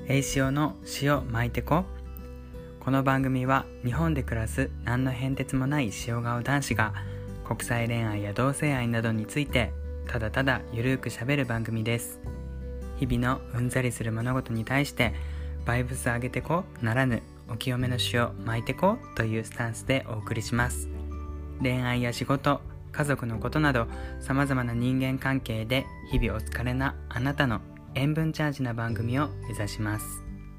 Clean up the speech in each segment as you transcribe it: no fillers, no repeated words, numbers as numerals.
栄潮の塩巻いてこ。この番組は日本で暮らす何の変哲もない塩顔男子が国際恋愛や同性愛などについてただただゆるく喋る番組です。日々のうんざりする物事に対してバイブス上げてこならぬお清めの塩巻いてこというスタンスでお送りします。恋愛や仕事、家族のことなど様々な人間関係で日々お疲れなあなたの塩分チャージな番組を目指します。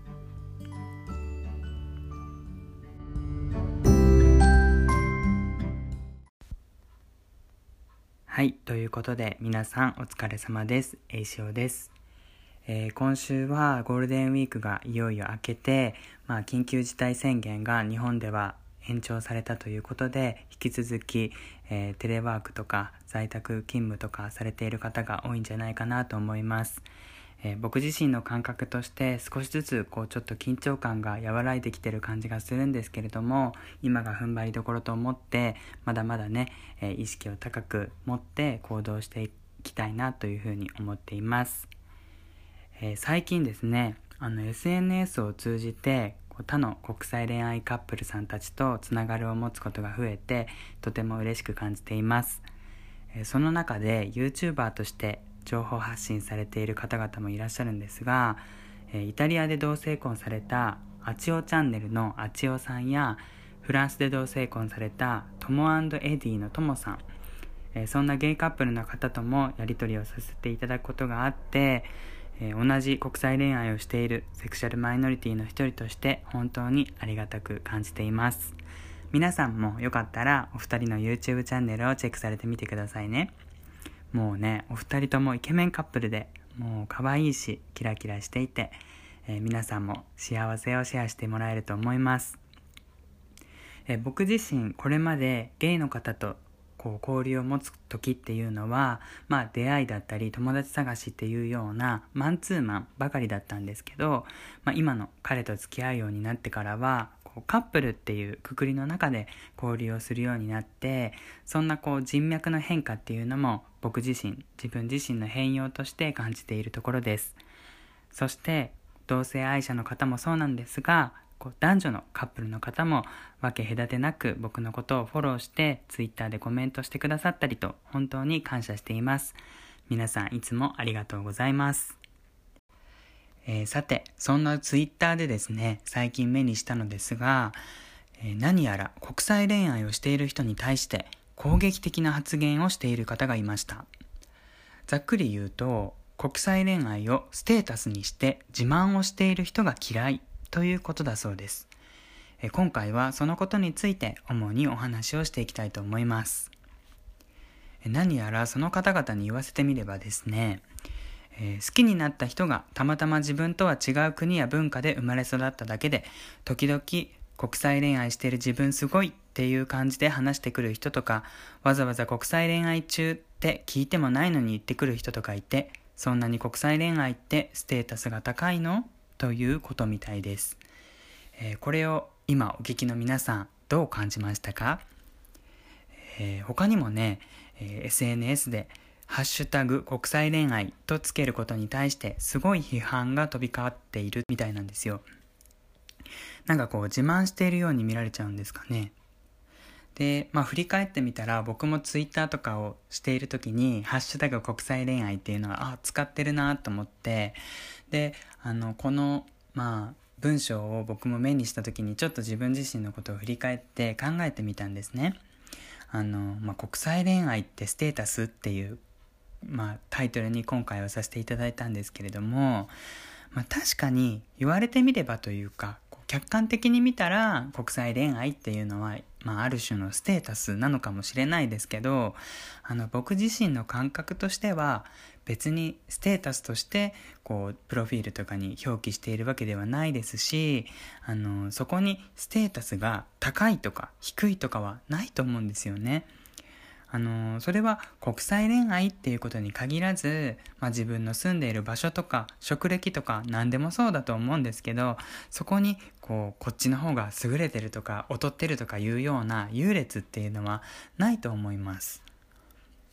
はい、ということで皆さんお疲れ様です。栄潮です。今週はゴールデンウィークがいよいよ明けて、緊急事態宣言が日本では延長されたということで、引き続き、テレワークとか在宅勤務とかされている方が多いんじゃないかなと思います。僕自身の感覚として少しずつちょっと緊張感が和らいできてる感じがするんですけれども、今が踏ん張りどころと思ってまだまだね、意識を高く持って行動していきたいなというふうに思っています。最近ですね、SNS を通じて他の国際恋愛カップルさんたちとつながりを持つことが増えて、とても嬉しく感じています。その中で YouTuber として情報発信されている方々もいらっしゃるんですが、イタリアで同性婚されたあちおチャンネルのあちおさんや、フランスで同性婚されたトモ&エディのトモさん、そんなゲイカップルの方ともやり取りをさせていただくことがあって、同じ国際恋愛をしているセクシャルマイノリティの一人として本当にありがたく感じています。皆さんもよかったらお二人の YouTube チャンネルをチェックされてみてくださいね。もうね、お二人ともイケメンカップルで、もう可愛いしキラキラしていて、皆さんも幸せをシェアしてもらえると思います。僕自身これまでゲイの方と交流を持つ時っていうのは、出会いだったり友達探しっていうようなマンツーマンばかりだったんですけど、今の彼と付き合うようになってからはカップルっていうくくりの中で交流をするようになって、そんな人脈の変化っていうのも自分自身の変容として感じているところです。そして同性愛者の方もそうなんですが、男女のカップルの方も分け隔てなく僕のことをフォローしてツイッターでコメントしてくださったりと、本当に感謝しています。皆さんいつもありがとうございます。さて、そんなツイッターでですね、最近目にしたのですが、何やら国際恋愛をしている人に対して攻撃的な発言をしている方がいました。ざっくり言うと、国際恋愛をステータスにして自慢をしている人が嫌いということだそうです。今回はそのことについて主にお話をしていきたいと思います。何やらその方々に言わせてみればですね、好きになった人がたまたま自分とは違う国や文化で生まれ育っただけで、時々国際恋愛している自分すごいっていう感じで話してくる人とか、わざわざ国際恋愛中って聞いてもないのに言ってくる人とかいて、そんなに国際恋愛ってステータスが高いの？ということみたいです。これを今お聞きの皆さんどう感じましたか？他にもね、SNS でハッシュタグ国際恋愛とつけることに対してすごい批判が飛び交っているみたいなんですよ。自慢しているように見られちゃうんですかね。で、振り返ってみたら、僕もツイッターとかをしている時にハッシュタグ国際恋愛っていうのは使ってるなと思って、でこの文章を僕も目にした時にちょっと自分自身のことを振り返って考えてみたんですね。国際恋愛ってステータスっていうタイトルに今回はさせていただいたんですけれども、確かに言われてみればというか、客観的に見たら国際恋愛っていうのは、ある種のステータスなのかもしれないですけど、僕自身の感覚としては別にステータスとしてプロフィールとかに表記しているわけではないですし、そこにステータスが高いとか低いとかはないと思うんですよね。それは国際恋愛っていうことに限らず、自分の住んでいる場所とか職歴とか何でもそうだと思うんですけど、そこにこっちの方が優れてるとか劣ってるとかいうような優劣っていうのはないと思います。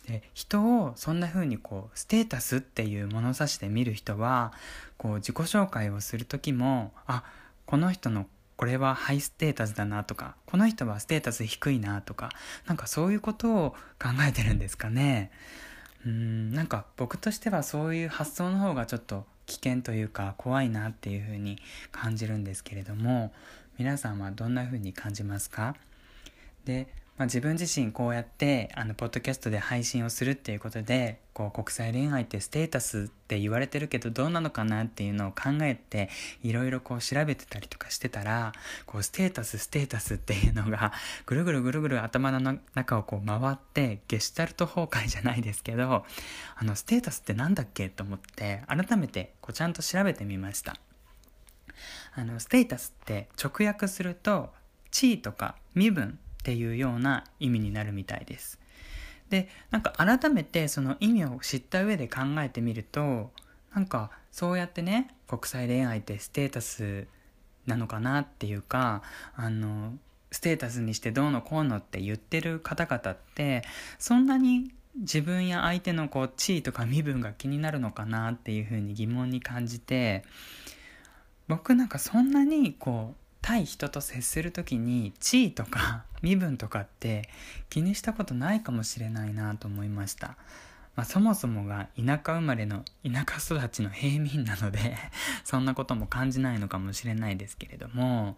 で、人をそんな風にステータスっていう物差しで見る人は自己紹介をする時も、この人のこれはハイステータスだなとか、この人はステータス低いなとか、そういうことを考えてるんですかね。僕としてはそういう発想の方がちょっと危険というか怖いなっていう風に感じるんですけれども、皆さんはどんな風に感じますか？で、自分自身こうやってポッドキャストで配信をするっていうことで、国際恋愛ってステータスって言われてるけどどうなのかなっていうのを考えていろいろ調べてたりとかしてたら、ステータスっていうのがぐるぐる頭の中を回ってゲシュタルト崩壊じゃないですけど、ステータスってなんだっけと思って改めてちゃんと調べてみました。ステータスって直訳すると地位とか身分っていうような意味になるみたいです。で、改めてその意味を知った上で考えてみると、そうやってね、国際恋愛ってステータスなのかなっていうか、ステータスにしてどうのこうのって言ってる方々ってそんなに自分や相手の地位とか身分が気になるのかなっていうふうに疑問に感じて、僕そんなに対人と接するときに地位とか身分とかって気にしたことないかもしれないなと思いました。そもそもが田舎生まれの田舎育ちの平民なのでそんなことも感じないのかもしれないですけれども、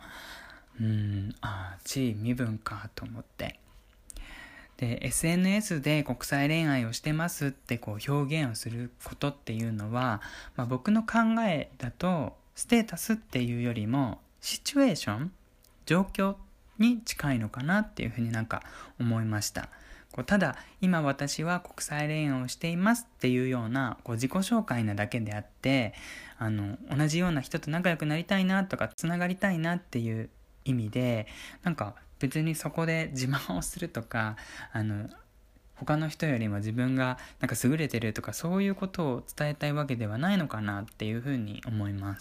地位身分かと思って、で SNS で国際恋愛をしてますって表現をすることっていうのは、僕の考えだとステータスっていうよりもシチュエーション、状況に近いのかなっていうふうに思いました。ただ今私は国際恋愛をしていますっていうような自己紹介なだけであって、同じような人と仲良くなりたいなとかつながりたいなっていう意味で別にそこで自慢をするとか他の人よりも自分が優れてるとかそういうことを伝えたいわけではないのかなっていうふうに思います。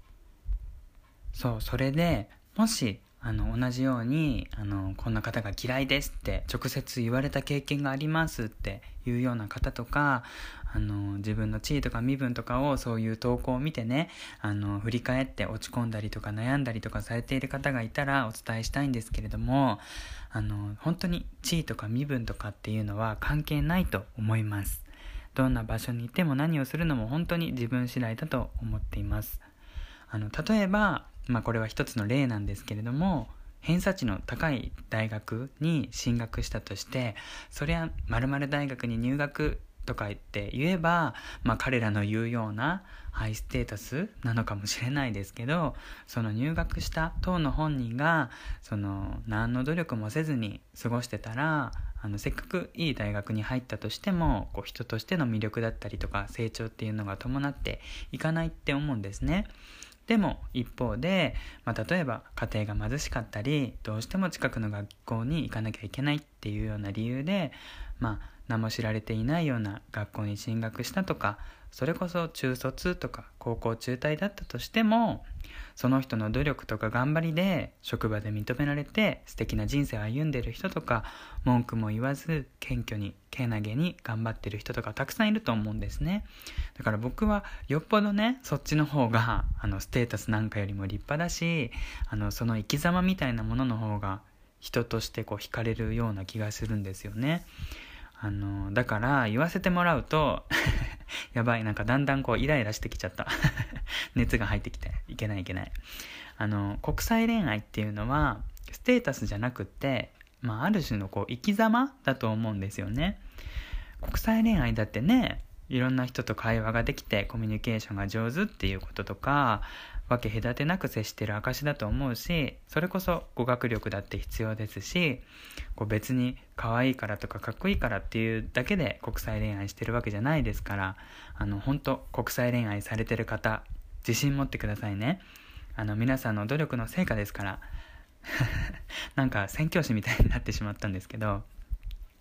それでもし同じようにこんな方が嫌いですって直接言われた経験がありますっていうような方とか、自分の地位とか身分とかをそういう投稿を見てね、振り返って落ち込んだりとか悩んだりとかされている方がいたらお伝えしたいんですけれども、本当に地位とか身分とかっていうのは関係ないと思います。どんな場所にいても何をするのも本当に自分次第だと思っています。例えばこれは一つの例なんですけれども、偏差値の高い大学に進学したとして、そりゃ〇〇大学に入学とか言えば、彼らの言うようなハイステータスなのかもしれないですけど、その入学した当の本人が何の努力もせずに過ごしてたら、せっかくいい大学に入ったとしても人としての魅力だったりとか成長っていうのが伴っていかないって思うんですね。でも一方で、例えば家庭が貧しかったり、どうしても近くの学校に行かなきゃいけないっていうような理由で、名も知られていないような学校に進学したとか、それこそ中卒とか高校中退だったとしても、その人の努力とか頑張りで職場で認められて素敵な人生を歩んでる人とか、文句も言わず謙虚にけなげに頑張ってる人とかたくさんいると思うんですね。だから僕はよっぽどね、そっちの方がステータスなんかよりも立派だし、その生き様みたいなものの方が人として惹かれるような気がするんですよね。だから言わせてもらうとやばい、だんだんイライラしてきちゃった熱が入ってきていけない。国際恋愛っていうのはステータスじゃなくってある種の生き様だと思うんですよね。国際恋愛だってね、いろんな人と会話ができてコミュニケーションが上手っていうこととか、分け隔てなく接してる証だと思うし、それこそ語学力だって必要ですし、別に可愛いからとかかっこいいからっていうだけで国際恋愛してるわけじゃないですから、本当国際恋愛されてる方自信持ってくださいね。皆さんの努力の成果ですから宣教師みたいになってしまったんですけど、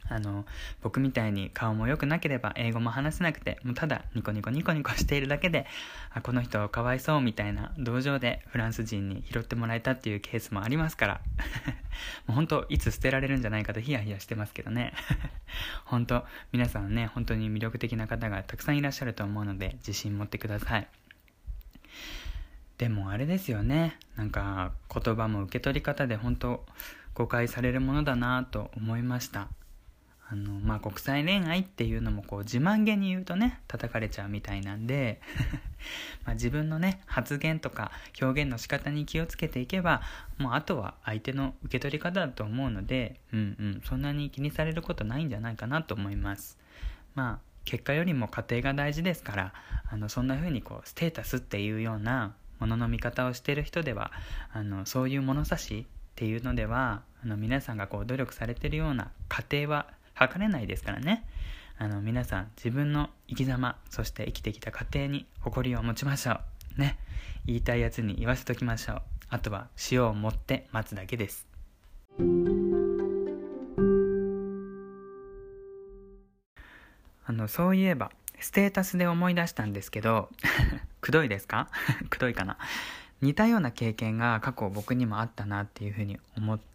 僕みたいに顔も良くなければ英語も話せなくて、もうただニコニコニコニコしているだけで、この人かわいそうみたいな同情でフランス人に拾ってもらえたっていうケースもありますからもう本当いつ捨てられるんじゃないかとヒヤヒヤしてますけどね本当皆さんね、本当に魅力的な方がたくさんいらっしゃると思うので、自信持ってください。でもあれですよね、なんか言葉も受け取り方で本当誤解されるものだなと思いました。国際恋愛っていうのも自慢げに言うとね、叩かれちゃうみたいなんで自分のね、発言とか表現の仕方に気をつけていけば、もうあとは相手の受け取り方だと思うので、そんなに気にされることないんじゃないかなと思います。結果よりも過程が大事ですから、そんな風にステータスっていうようなものの見方をしている人では、そういう物差しっていうのでは、皆さんが努力されているような過程は測れないですからね。皆さん自分の生き様、そして生きてきた過程に誇りを持ちましょうね。言いたいやつに言わせときましょう。あとは塩を持って待つだけです。そういえばステータスで思い出したんですけどくどいですかくどいかな。似たような経験が過去僕にもあったなっていうふうに思って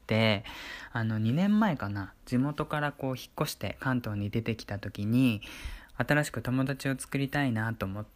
、2年前かな、地元から引っ越して関東に出てきた時に、新しく友達を作りたいなと思って、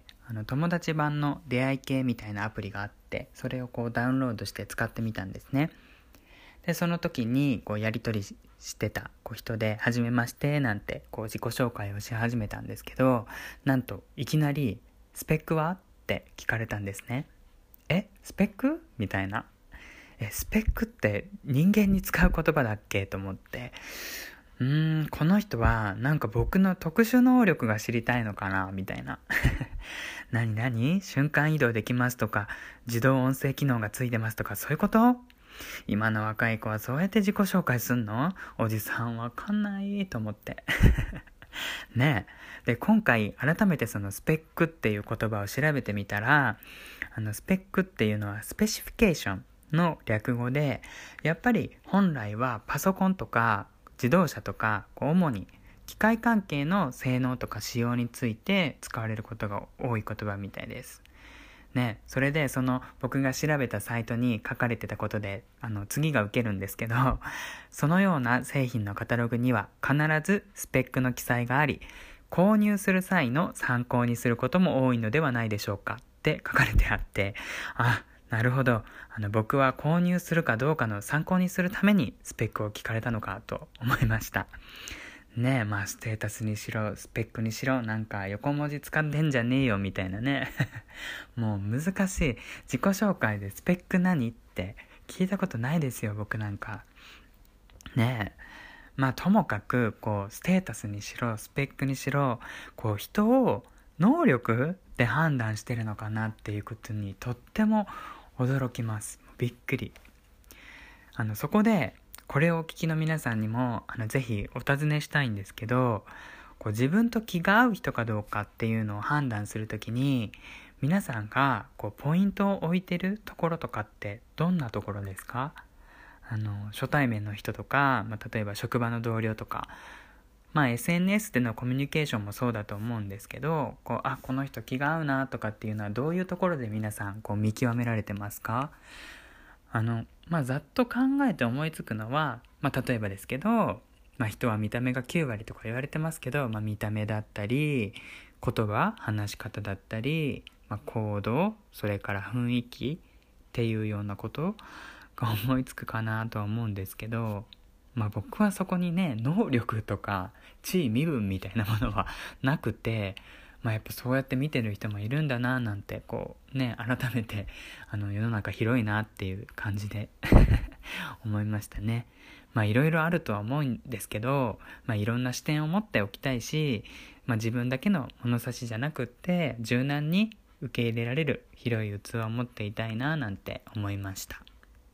友達版の出会い系みたいなアプリがあって、それをダウンロードして使ってみたんですね。でその時にやり取りしてた人で、初めましてなんて自己紹介をし始めたんですけど、なんといきなりスペックはって聞かれたんですね。スペックみたいな。スペックって人間に使う言葉だっけと思って、この人はなんか僕の特殊能力が知りたいのかなみたいな何瞬間移動できますとか、自動音声機能がついてますとか、そういうこと？今の若い子はそうやって自己紹介すんの？おじさんわかんないと思ってねえ。で今回改めてそのスペックっていう言葉を調べてみたら、スペックっていうのはスペシフィケーションの略語で、やっぱり本来はパソコンとか自動車とか主に機械関係の性能とか仕様について使われることが多い言葉みたいですね。それでその僕が調べたサイトに書かれてたことで次が受けるんですけど、そのような製品のカタログには必ずスペックの記載があり、購入する際の参考にすることも多いのではないでしょうかって書かれてあって、なるほど、僕は購入するかどうかの参考にするためにスペックを聞かれたのかと思いましたね。ステータスにしろスペックにしろ、なんか横文字使ってんじゃねえよみたいなねもう難しい。自己紹介でスペック何って聞いたことないですよ、僕なんかね。ともかくステータスにしろスペックにしろ、人を能力で判断してるのかなっていうことにとっても驚きます。びっくり。そこでこれをお聞きの皆さんにもぜひお尋ねしたいんですけど、自分と気が合う人かどうかっていうのを判断するときに、皆さんがポイントを置いてるところとかってどんなところですか？初対面の人とか、例えば職場の同僚とか、SNS でのコミュニケーションもそうだと思うんですけど、この人気が合うなとかっていうのはどういうところで皆さん見極められてますか？ざっと考えて思いつくのは、例えばですけど、人は見た目が9割とか言われてますけど、見た目だったり言葉、話し方だったり、行動、それから雰囲気っていうようなことが思いつくかなとは思うんですけど、僕はそこにね、能力とか地位身分みたいなものはなくて、やっぱそうやって見てる人もいるんだななんて改めて世の中広いなっていう感じで思いましたね。いろいろあるとは思うんですけど、いろんな視点を持っておきたいし、自分だけの物差しじゃなくって柔軟に受け入れられる広い器を持っていたいななんて思いました。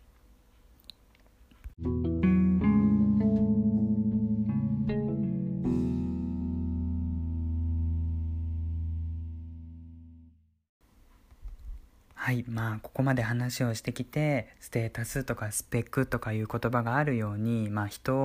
はい、ここまで話をしてきて、ステータスとかスペックとかいう言葉があるように、人を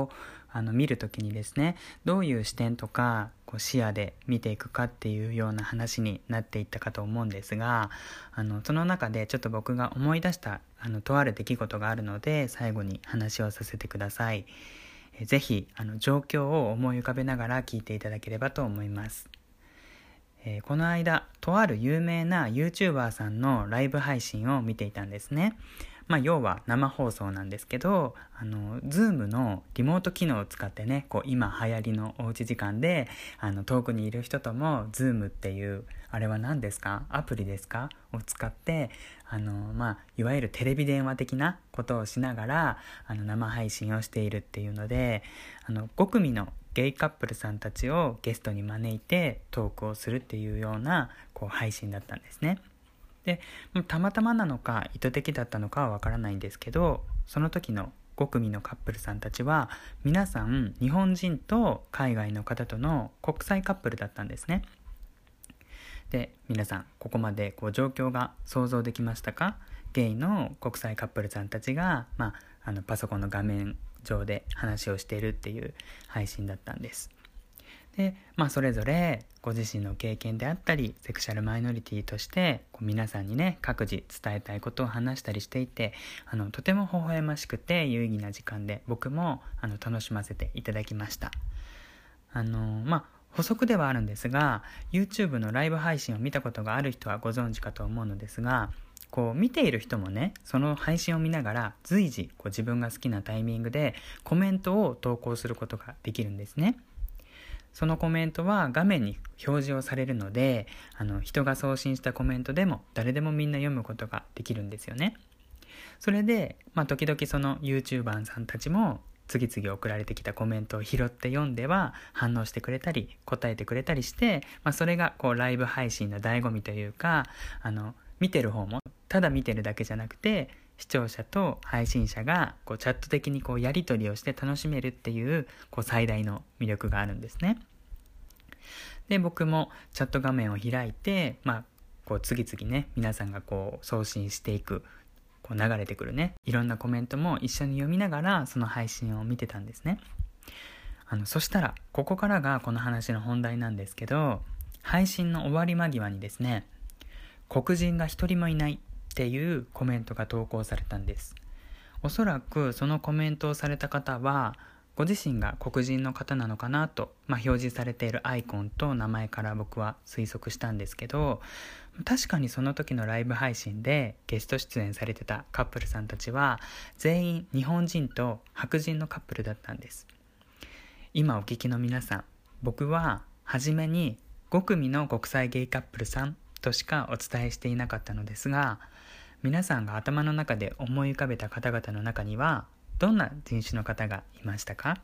見るときにですね、どういう視点とか視野で見ていくかっていうような話になっていったかと思うんですが、その中でちょっと僕が思い出したとある出来事があるので、最後に話をさせてください。ぜひ状況を思い浮かべながら聞いていただければと思います。この間、とある有名な YouTuber さんのライブ配信を見ていたんですね。要は生放送なんですけど、Zoom のリモート機能を使ってね、今流行りのおうち時間で遠くにいる人とも Zoom っていう、あれは何ですか、アプリですかを使っていわゆるテレビ電話的なことをしながら生配信をしているっていうので、5組のゲイカップルさんたちをゲストに招いてトークをするっていうような配信だったんですね。で、たまたまなのか意図的だったのかはわからないんですけど、その時の5組のカップルさんたちは皆さん日本人と海外の方との国際カップルだったんですね。で、皆さんここまで状況が想像できましたか？ゲイの国際カップルさんたちが、パソコンの画面上で話をしているっていう配信だったんです。で、それぞれご自身の経験であったり、セクシャルマイノリティとして皆さんにね、各自伝えたいことを話したりしていて、とても微笑ましくて有意義な時間で、僕も楽しませていただきました。補足ではあるんですが、 YouTube のライブ配信を見たことがある人はご存知かと思うのですが、見ている人もね、その配信を見ながら随時自分が好きなタイミングでコメントを投稿することができるんですね。そのコメントは画面に表示をされるので、人が送信したコメントでも誰でもみんな読むことができるんですよね。それで、時々その YouTuber さんたちも次々送られてきたコメントを拾って読んでは反応してくれたり答えてくれたりして、それがライブ配信の醍醐味というか、見てる方もただ見てるだけじゃなくて、視聴者と配信者がチャット的にやり取りをして楽しめるっていう最大の魅力があるんですね。で、僕もチャット画面を開いて、次々ね、皆さんが送信していく流れてくるね、いろんなコメントも一緒に読みながらその配信を見てたんですね。そしたらここからがこの話の本題なんですけど、配信の終わり間際にですね、黒人が一人もいないっていうコメントが投稿されたんです。おそらくそのコメントをされた方はご自身が黒人の方なのかなと、表示されているアイコンと名前から僕は推測したんですけど、確かにその時のライブ配信でゲスト出演されてたカップルさんたちは全員日本人と白人のカップルだったんです。今お聞きの皆さん、僕は初めに5組の国際ゲイカップルさんとしかお伝えしていなかったのですが、皆さんが頭の中で思い浮かべた方々の中にはどんな人種の方がいましたか？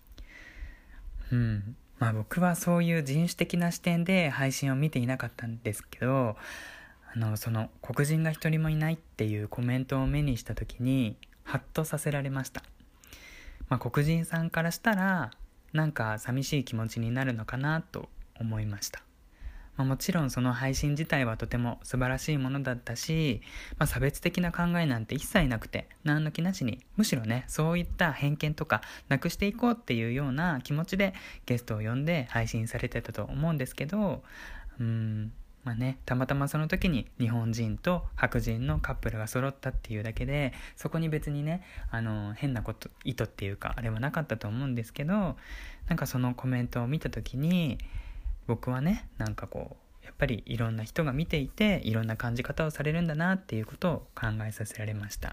僕はそういう人種的な視点で配信を見ていなかったんですけど、その黒人が一人もいないっていうコメントを目にした時にハッとさせられました。黒人さんからしたらなんか寂しい気持ちになるのかなと思いました。もちろんその配信自体はとても素晴らしいものだったし、差別的な考えなんて一切なくて何の気なしに、むしろね、そういった偏見とかなくしていこうっていうような気持ちでゲストを呼んで配信されてたと思うんですけど、たまたまその時に日本人と白人のカップルが揃ったっていうだけで、そこに別にね、変なこと意図っていうかあれはなかったと思うんですけど、そのコメントを見た時に僕はね、やっぱりいろんな人が見ていていろんな感じ方をされるんだなっていうことを考えさせられました。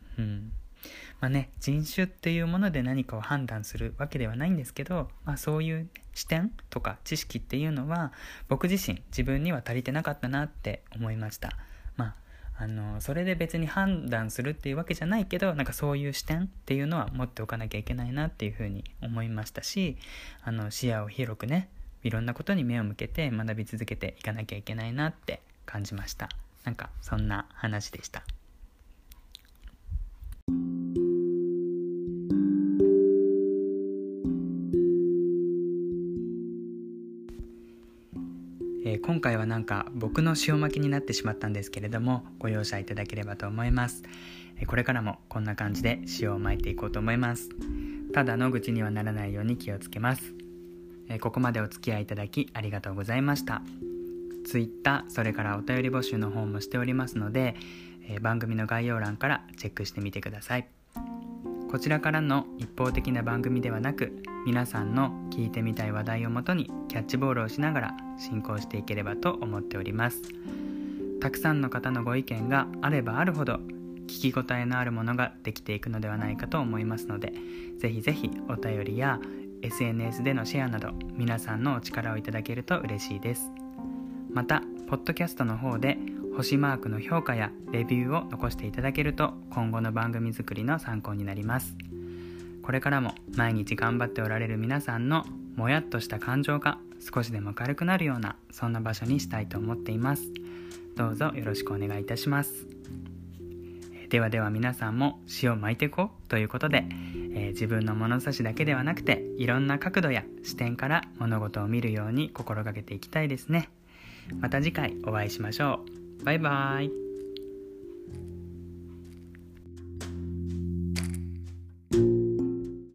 人種っていうもので何かを判断するわけではないんですけど、そういう視点とか知識っていうのは僕自身自分には足りてなかったなって思いました。それで別に判断するっていうわけじゃないけど、そういう視点っていうのは持っておかなきゃいけないなっていうふうに思いましたし、視野を広くね、いろんなことに目を向けて学び続けていかなきゃいけないなって感じました。そんな話でした。 今回はなんか僕の塩巻きになってしまったんですけれども、ご容赦いただければと思います。これからもこんな感じで塩を巻いていこうと思います。ただの愚痴にはならないように気をつけます。ここまでお付き合いいただきありがとうございました。Twitter、それからお便り募集の方もしておりますので、番組の概要欄からチェックしてみてください。こちらからの一方的な番組ではなく、皆さんの聞いてみたい話題をもとにキャッチボールをしながら進行していければと思っております。たくさんの方のご意見があればあるほど聞き応えのあるものができていくのではないかと思いますので、ぜひぜひお便りや SNS でのシェアなど皆さんのお力をいただけると嬉しいです。またポッドキャストの方で星マークの評価やレビューを残していただけると今後の番組作りの参考になります。これからも毎日頑張っておられる皆さんのもやっとした感情が少しでも軽くなるような、そんな場所にしたいと思っています。どうぞよろしくお願いいたします。ではでは皆さんも塩巻いていこうということで、自分の物差しだけではなくていろんな角度や視点から物事を見るように心がけていきたいですね。また次回お会いしましょう。バイバイ。